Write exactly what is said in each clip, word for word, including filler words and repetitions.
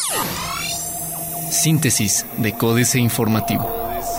Síntesis de Códice Informativo.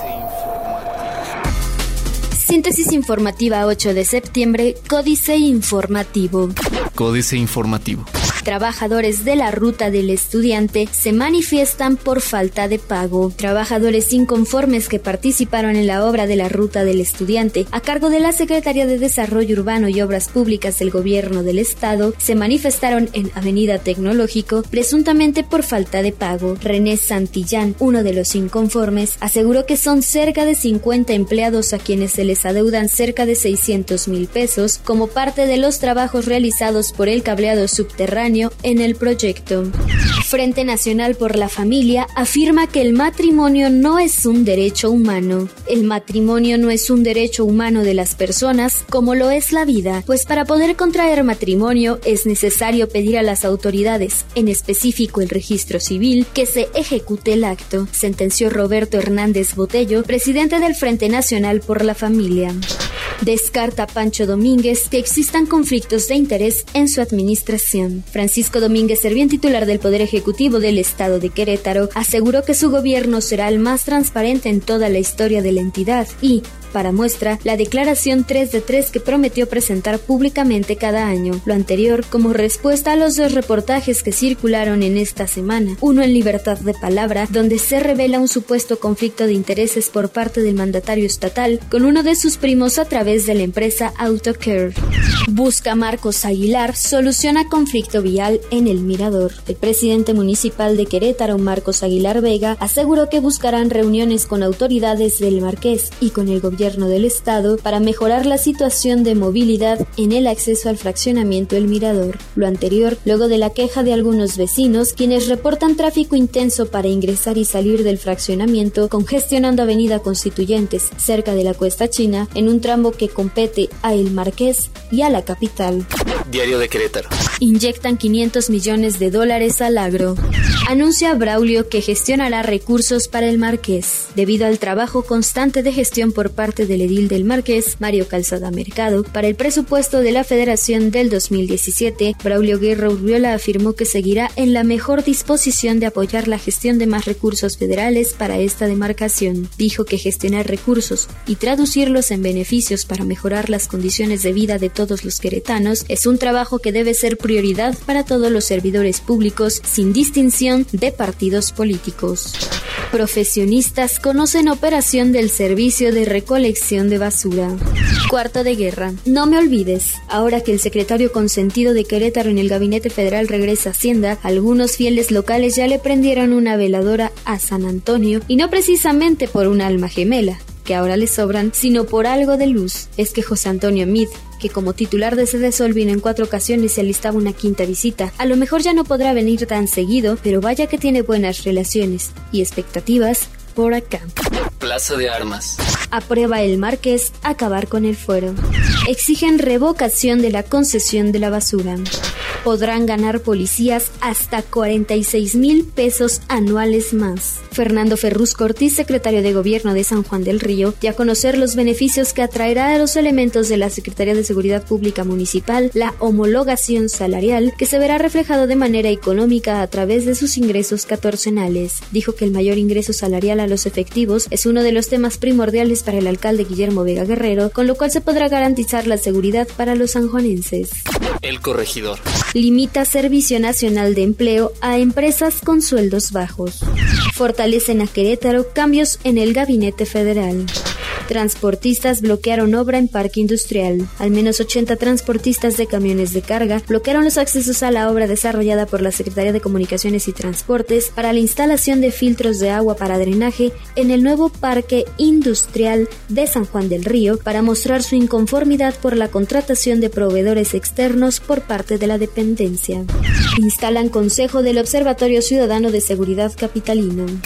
Síntesis informativa ocho de septiembre, Códice Informativo. Códice Informativo. Trabajadores de la Ruta del Estudiante se manifiestan por falta de pago. Trabajadores inconformes que participaron en la obra de la Ruta del Estudiante a cargo de la Secretaría de Desarrollo Urbano y Obras Públicas del Gobierno del Estado se manifestaron en Avenida Tecnológico presuntamente por falta de pago. René Santillán, uno de los inconformes, aseguró que son cerca de cincuenta empleados a quienes se les adeudan cerca de seiscientos mil pesos como parte de los trabajos realizados por el cableado subterráneo en el proyecto. Frente Nacional por la Familia afirma que el matrimonio no es un derecho humano. El matrimonio no es un derecho humano de las personas como lo es la vida, pues para poder contraer matrimonio es necesario pedir a las autoridades, en específico el registro civil, que se ejecute el acto, sentenció Roberto Hernández Botello, presidente del Frente Nacional por la Familia. Descarta Pancho Domínguez que existan conflictos de interés en su administración. Francisco Domínguez Servién, titular del Poder Ejecutivo del Estado de Querétaro, aseguró que su gobierno será el más transparente en toda la historia de la entidad y, para muestra, la declaración tres de tres que prometió presentar públicamente cada año. Lo anterior como respuesta a los dos reportajes que circularon en esta semana. Uno en Libertad de Palabra, donde se revela un supuesto conflicto de intereses por parte del mandatario estatal con uno de sus primos a través de la empresa AutoCare. Busca Marcos Aguilar soluciona conflicto vial en El Mirador. El presidente municipal de Querétaro, Marcos Aguilar Vega, aseguró que buscarán reuniones con autoridades del Marqués y con el gobierno del estado para mejorar la situación de movilidad en el acceso al fraccionamiento El Mirador. Lo anterior, luego de la queja de algunos vecinos, quienes reportan tráfico intenso para ingresar y salir del fraccionamiento, congestionando Avenida Constituyentes, cerca de la Cuesta China, en un tramo que compete a El Marqués y a la capital. Diario de Querétaro. Inyectan quinientos millones de dólares al agro. Anuncia Braulio que gestionará recursos para el Marqués. Debido al trabajo constante de gestión por parte del edil del Marqués, Mario Calzada Mercado, para el presupuesto de la Federación del dos mil diecisiete, Braulio Guerra Urriola afirmó que seguirá en la mejor disposición de apoyar la gestión de más recursos federales para esta demarcación. Dijo que gestionar recursos y traducirlos en beneficios para mejorar las condiciones de vida de todos los queretanos es un trabajo que debe ser prioridad para todos los servidores públicos sin distinción de partidos políticos. Profesionistas conocen operación del servicio de recolección de basura. Cuarto de guerra. No me olvides. Ahora que el secretario consentido de Querétaro en el Gabinete Federal regresa a Hacienda, algunos fieles locales ya le prendieron una veladora a San Antonio, y no precisamente por un alma gemela, que ahora le sobran, sino por algo de luz. Es que José Antonio Mid, que como titular de Sedesol vino en cuatro ocasiones y alistaba una quinta visita, a lo mejor ya no podrá venir tan seguido, pero vaya que tiene buenas relaciones y expectativas por acá. Plaza de Armas. Aprueba el Marqués acabar con el fuero. Exigen revocación de la concesión de la basura. Podrán ganar policías hasta cuarenta y seis mil pesos anuales más. Fernando Ferrusco Ortiz, secretario de Gobierno de San Juan del Río, dio a conocer los beneficios que atraerá a los elementos de la Secretaría de Seguridad Pública Municipal la homologación salarial, que se verá reflejado de manera económica a través de sus ingresos catorcenales. Dijo que el mayor ingreso salarial a los efectivos es uno de los temas primordiales para el alcalde Guillermo Vega Guerrero, con lo cual se podrá garantizar la seguridad para los sanjuanenses. El Corregidor. Limita Servicio Nacional de Empleo a empresas con sueldos bajos. Fortalecen a Querétaro cambios en el Gabinete Federal. Transportistas bloquearon obra en Parque Industrial. Al menos ochenta transportistas de camiones de carga bloquearon los accesos a la obra desarrollada por la Secretaría de Comunicaciones y Transportes para la instalación de filtros de agua para drenaje en el nuevo Parque Industrial de San Juan del Río, para mostrar su inconformidad por la contratación de proveedores externos por parte de la dependencia. Instalan Consejo del Observatorio Ciudadano de Seguridad Capitalino.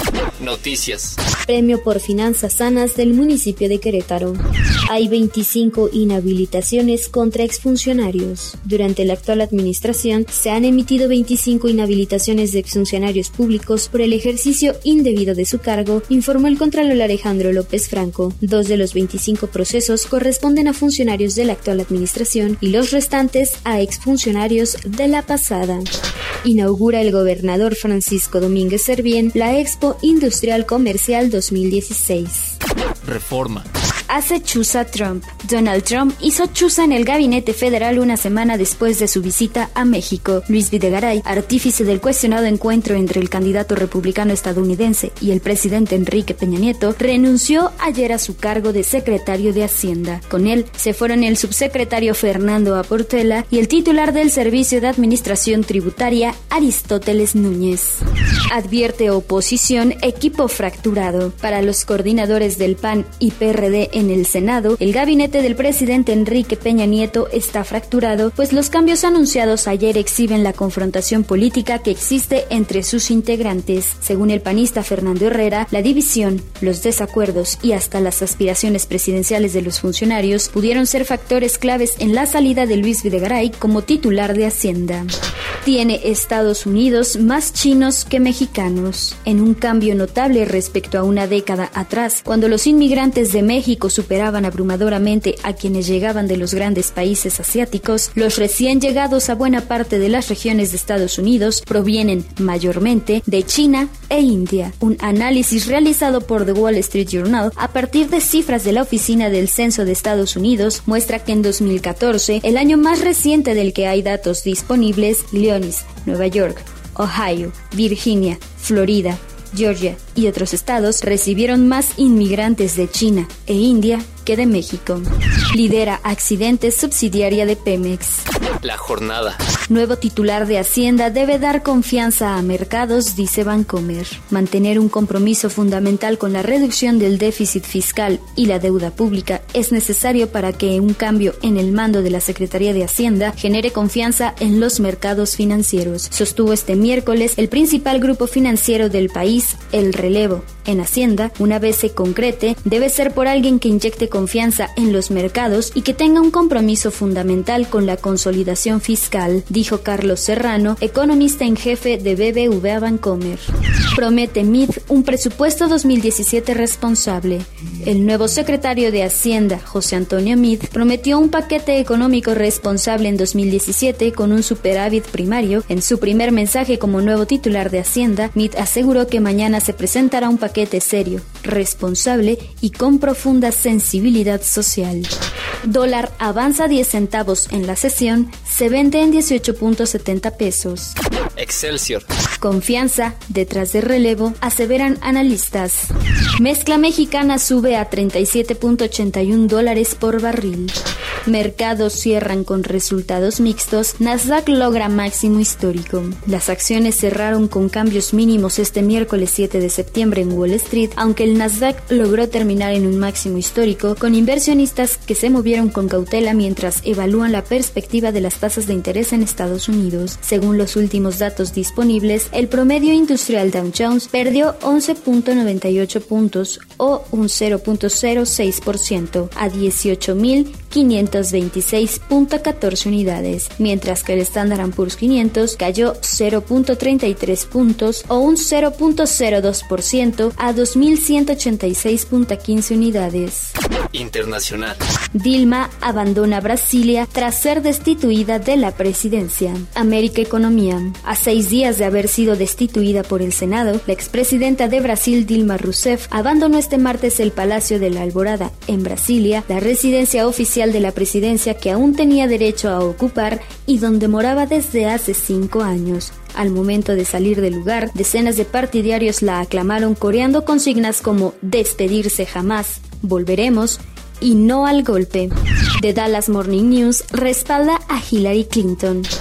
Noticias. Premio por finanzas sanas del municipio de Querétaro. Hay veinticinco inhabilitaciones contra exfuncionarios. Durante la actual administración se han emitido veinticinco inhabilitaciones de exfuncionarios públicos por el ejercicio indebido de su cargo, informó el contralor Alejandro López Franco. Dos de los veinticinco procesos corresponden a funcionarios de la actual administración y los restantes a exfuncionarios de la pasada. Inaugura el gobernador Francisco Domínguez Servién la Expo Industrial Comercial dos mil dieciséis. Reforma. Hace chuza Trump. Donald Trump hizo chuza en el gabinete federal una semana después de su visita a México. Luis Videgaray, artífice del cuestionado encuentro entre el candidato republicano estadounidense y el presidente Enrique Peña Nieto, renunció ayer a su cargo de secretario de Hacienda. Con él se fueron el subsecretario Fernando Aportela y el titular del Servicio de Administración Tributaria, Aristóteles Núñez. Advierte oposición, equipo fracturado. Para los coordinadores del P A N y P R D en el Senado, el gabinete del presidente Enrique Peña Nieto está fracturado, pues los cambios anunciados ayer exhiben la confrontación política que existe entre sus integrantes. Según el panista Fernando Herrera, la división, los desacuerdos y hasta las aspiraciones presidenciales de los funcionarios pudieron ser factores claves en la salida de Luis Videgaray como titular de Hacienda. Tiene Estados Unidos más chinos que mexicanos. En un cambio notable respecto a una década atrás, cuando los inmigrantes de México superaban abrumadoramente a quienes llegaban de los grandes países asiáticos, los recién llegados a buena parte de las regiones de Estados Unidos provienen mayormente de China e India. Un análisis realizado por The Wall Street Journal a partir de cifras de la Oficina del Censo de Estados Unidos muestra que en dos mil catorce, el año más reciente del que hay datos disponibles, Illinois, Nueva York, Ohio, Virginia, Florida, Georgia y otros estados recibieron más inmigrantes de China e India que de México. Lidera accidentes subsidiaria de Pemex. La jornada. Nuevo titular de Hacienda debe dar confianza a mercados, dice Bancomer. Mantener un compromiso fundamental con la reducción del déficit fiscal y la deuda pública es necesario para que un cambio en el mando de la Secretaría de Hacienda genere confianza en los mercados financieros, sostuvo este miércoles el principal grupo financiero del país, El Relevo. En Hacienda, una vez se concrete, debe ser por alguien que inyecte confianza en los mercados y que tenga un compromiso fundamental con la consolidación fiscal, dijo Carlos Serrano, economista en jefe de B B V A Bancomer. Promete M I D un presupuesto dos mil diecisiete responsable. El nuevo secretario de Hacienda, José Antonio Meade, prometió un paquete económico responsable en dos mil diecisiete con un superávit primario. En su primer mensaje como nuevo titular de Hacienda, Meade aseguró que mañana se presentará un paquete serio, responsable y con profunda sensibilidad social. Dólar avanza diez centavos en la sesión, se vende en dieciocho punto setenta pesos. Excelsior. Confianza detrás de Relevo, aseveran analistas. Mezcla mexicana sube a treinta y siete punto ochenta y uno dólares por barril. Mercados cierran con resultados mixtos, Nasdaq logra máximo histórico. Las acciones cerraron con cambios mínimos este miércoles siete de septiembre en Wall Street, aunque el Nasdaq logró terminar en un máximo histórico, con inversionistas que se movieron con cautela mientras evalúan la perspectiva de las tasas de interés en Estados Unidos. Según los últimos datos disponibles, el promedio industrial Dow Jones perdió once punto noventa y ocho puntos o un cero punto cero seis por ciento a dieciocho mil quinientos veintiséis punto catorce unidades, mientras que el Standard and Poor's quinientos cayó cero punto treinta y tres puntos o un cero punto cero dos por ciento a dos mil ciento ochenta y seis punto quince unidades. Internacional. Dilma abandona Brasilia tras ser destituida de la presidencia. América Economía. A seis días de haber sido destituida por el Senado, la expresidenta de Brasil, Dilma Rousseff, abandonó este martes el Palacio de la Alvorada, en Brasilia, la residencia oficial de la presidencia que aún tenía derecho a ocupar y donde moraba desde hace cinco años. Al momento de salir del lugar, decenas de partidarios la aclamaron coreando consignas como «despedirse jamás», «volveremos» y «no al golpe». The Dallas Morning News respalda a Hillary Clinton.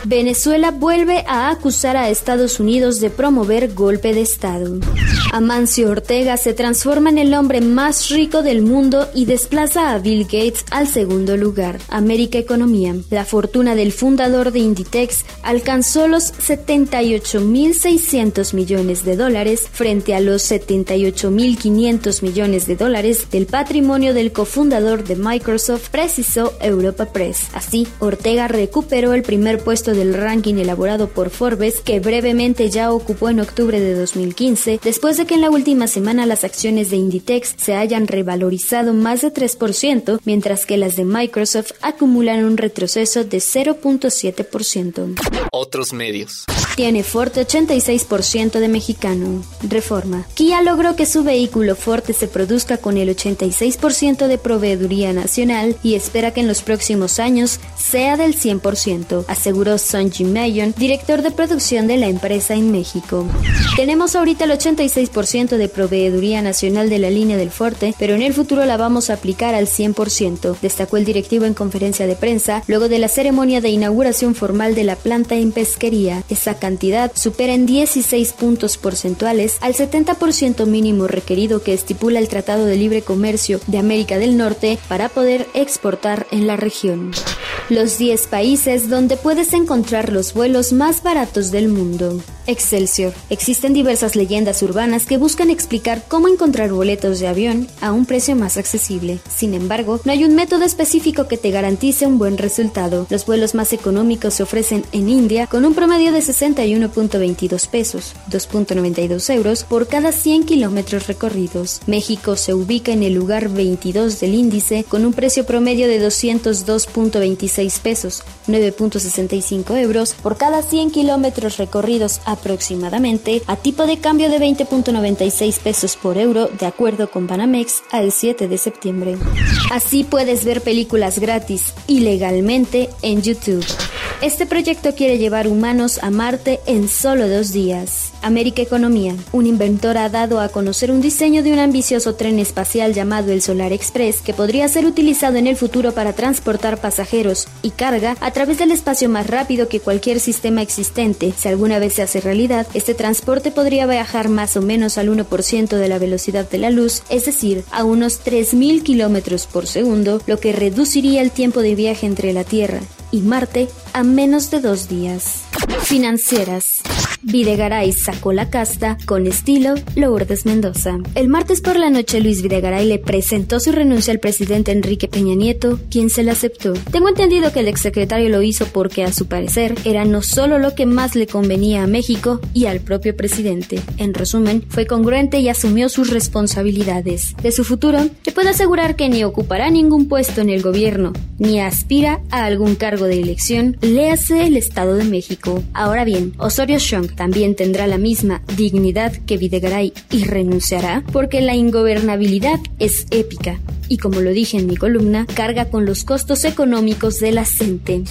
Venezuela vuelve a acusar a Estados Unidos de promover golpe de Estado. Amancio Ortega se transforma en el hombre más rico del mundo y desplaza a Bill Gates al segundo lugar. América Economía. La fortuna del fundador de Inditex alcanzó los setenta y ocho mil seiscientos millones de dólares frente a los setenta y ocho mil quinientos millones de dólares del patrimonio del cofundador de Microsoft, precisó Europa Press. Así, Ortega recuperó el primer puesto del ranking elaborado por Forbes, que brevemente ya ocupó en octubre de dos mil quince, después de que en la última semana las acciones de Inditex se hayan revalorizado más de tres por ciento, mientras que las de Microsoft acumulan un retroceso de cero punto siete por ciento. Otros medios. Tiene Forte ochenta y seis por ciento de mexicano. Reforma. Kia logró que su vehículo Forte se produzca con el ochenta y seis por ciento de proveeduría nacional y espera que en los próximos años sea del cien por ciento, aseguró Sonji Mayon, director de producción de la empresa en México. Tenemos ahorita el ochenta y seis por ciento de proveeduría nacional de la línea del Forte, pero en el futuro la vamos a aplicar al cien por ciento, destacó el directivo en conferencia de prensa luego de la ceremonia de inauguración formal de la planta en Pesquería. Esa cantidad supera en dieciséis puntos porcentuales al setenta por ciento mínimo requerido que estipula el Tratado de Libre Comercio de América del Norte para poder exportar en la región. Los diez países donde puedes encontrar los vuelos más baratos del mundo. Excelsior. Existen diversas leyendas urbanas que buscan explicar cómo encontrar boletos de avión a un precio más accesible. Sin embargo, no hay un método específico que te garantice un buen resultado. Los vuelos más económicos se ofrecen en India con un promedio de sesenta y uno punto veintidós pesos, dos punto noventa y dos euros por cada cien kilómetros recorridos. México se ubica en el lugar veintidós del índice con un precio promedio de doscientos dos punto veintiséis pesos, nueve punto sesenta y cinco euros por cada cien kilómetros recorridos aproximadamente, a tipo de cambio de veinte punto noventa y seis pesos por euro, de acuerdo con Banamex, al siete de septiembre. Así puedes ver películas gratis y legalmente en YouTube. Este proyecto quiere llevar humanos a Marte en solo dos días. América Economía. Un inventor ha dado a conocer un diseño de un ambicioso tren espacial llamado el Solar Express, que podría ser utilizado en el futuro para transportar pasajeros y carga a través del espacio más rápido que cualquier sistema existente. Si alguna vez se hace realidad, este transporte podría viajar más o menos al uno por ciento de la velocidad de la luz, es decir, a unos tres mil kilómetros por segundo, lo que reduciría el tiempo de viaje entre la Tierra y Marte a menos de dos días. Financieras. Videgaray sacó la casta con estilo Lourdes Mendoza. El martes por la noche Luis Videgaray le presentó su renuncia al presidente Enrique Peña Nieto, quien se la aceptó. Tengo entendido que el exsecretario lo hizo porque a su parecer era no solo lo que más le convenía a México y al propio presidente. En resumen, fue congruente y asumió sus responsabilidades. De su futuro, te puedo asegurar que ni ocupará ningún puesto en el gobierno, ni aspira a algún cargo de elección, léase el Estado de México. Ahora bien, Osorio Chong también tendrá la misma dignidad que Videgaray y renunciará porque la ingobernabilidad es épica y, como lo dije en mi columna, carga con los costos económicos de la gente.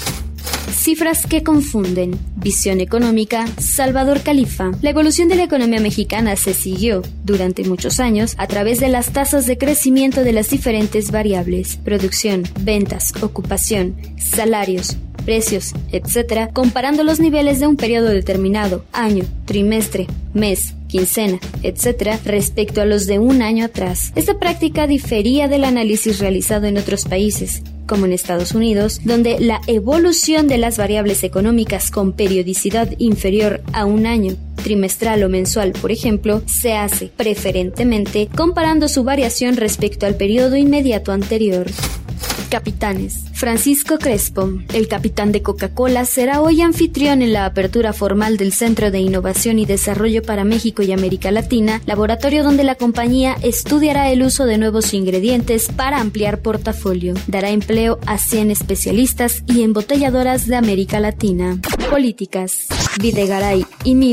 Cifras que confunden. Visión económica, Salvador Califa. La evolución de la economía mexicana se siguió durante muchos años a través de las tasas de crecimiento de las diferentes variables: producción, ventas, ocupación, salarios, precios, etcétera, comparando los niveles de un periodo determinado, año, trimestre, mes, quincena, etcétera, respecto a los de un año atrás. Esta práctica difería del análisis realizado en otros países, como en Estados Unidos, donde la evolución de las variables económicas con periodicidad inferior a un año, trimestral o mensual, por ejemplo, se hace preferentemente comparando su variación respecto al periodo inmediato anterior. Capitanes. Francisco Crespo, el capitán de Coca-Cola, será hoy anfitrión en la apertura formal del Centro de Innovación y Desarrollo para México y América Latina, laboratorio donde la compañía estudiará el uso de nuevos ingredientes para ampliar portafolio. Dará empleo a cien especialistas y embotelladoras de América Latina. Políticas. Videgaray y M I D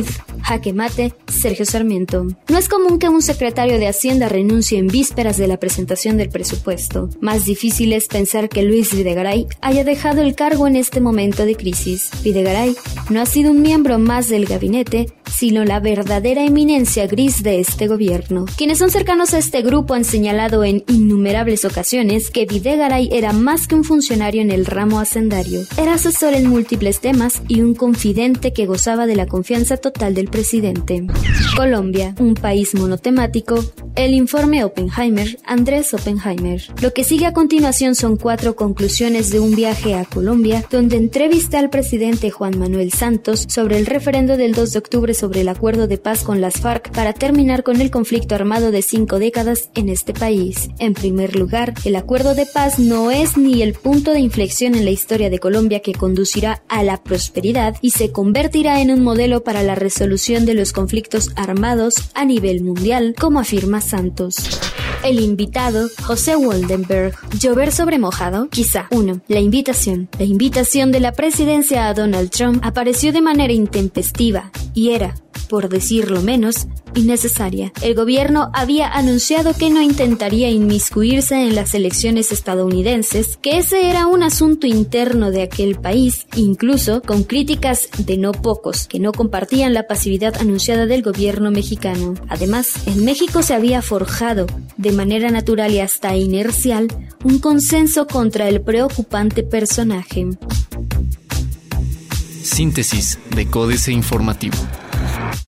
Jaque mate, Sergio Sarmiento. No es común que un secretario de Hacienda renuncie en vísperas de la presentación del presupuesto. Más difícil es pensar que Luis Videgaray haya dejado el cargo en este momento de crisis. Videgaray no ha sido un miembro más del gabinete, sino la verdadera eminencia gris de este gobierno. Quienes son cercanos a este grupo han señalado en innumerables ocasiones que Videgaray era más que un funcionario en el ramo hacendario. Era asesor en múltiples temas y un confidente que gozaba de la confianza total del presidente. Colombia, un país monotemático. El informe Oppenheimer, Andrés Oppenheimer. Lo que sigue a continuación son cuatro conclusiones de un viaje a Colombia, donde entrevista al presidente Juan Manuel Santos sobre el referendo del dos de octubre sobre el acuerdo de paz con las FARC para terminar con el conflicto armado de cinco décadas en este país. En primer lugar, el acuerdo de paz no es ni el punto de inflexión en la historia de Colombia que conducirá a la prosperidad y se convertirá en un modelo para la resolución de los conflictos armados a nivel mundial, como afirma Santos. El invitado, José Woldenberg. ¿Llover sobre mojado? Quizá. uno. La invitación. La invitación de la presidencia a Donald Trump apareció de manera intempestiva y era, por decirlo menos, innecesaria. El gobierno había anunciado que no intentaría inmiscuirse en las elecciones estadounidenses, que ese era un asunto interno de aquel país, incluso con críticas de no pocos, que no compartían la pasividad anunciada del gobierno mexicano. Además, en México se había forjado, de manera natural y hasta inercial, un consenso contra el preocupante personaje. Síntesis de Códice Informativo.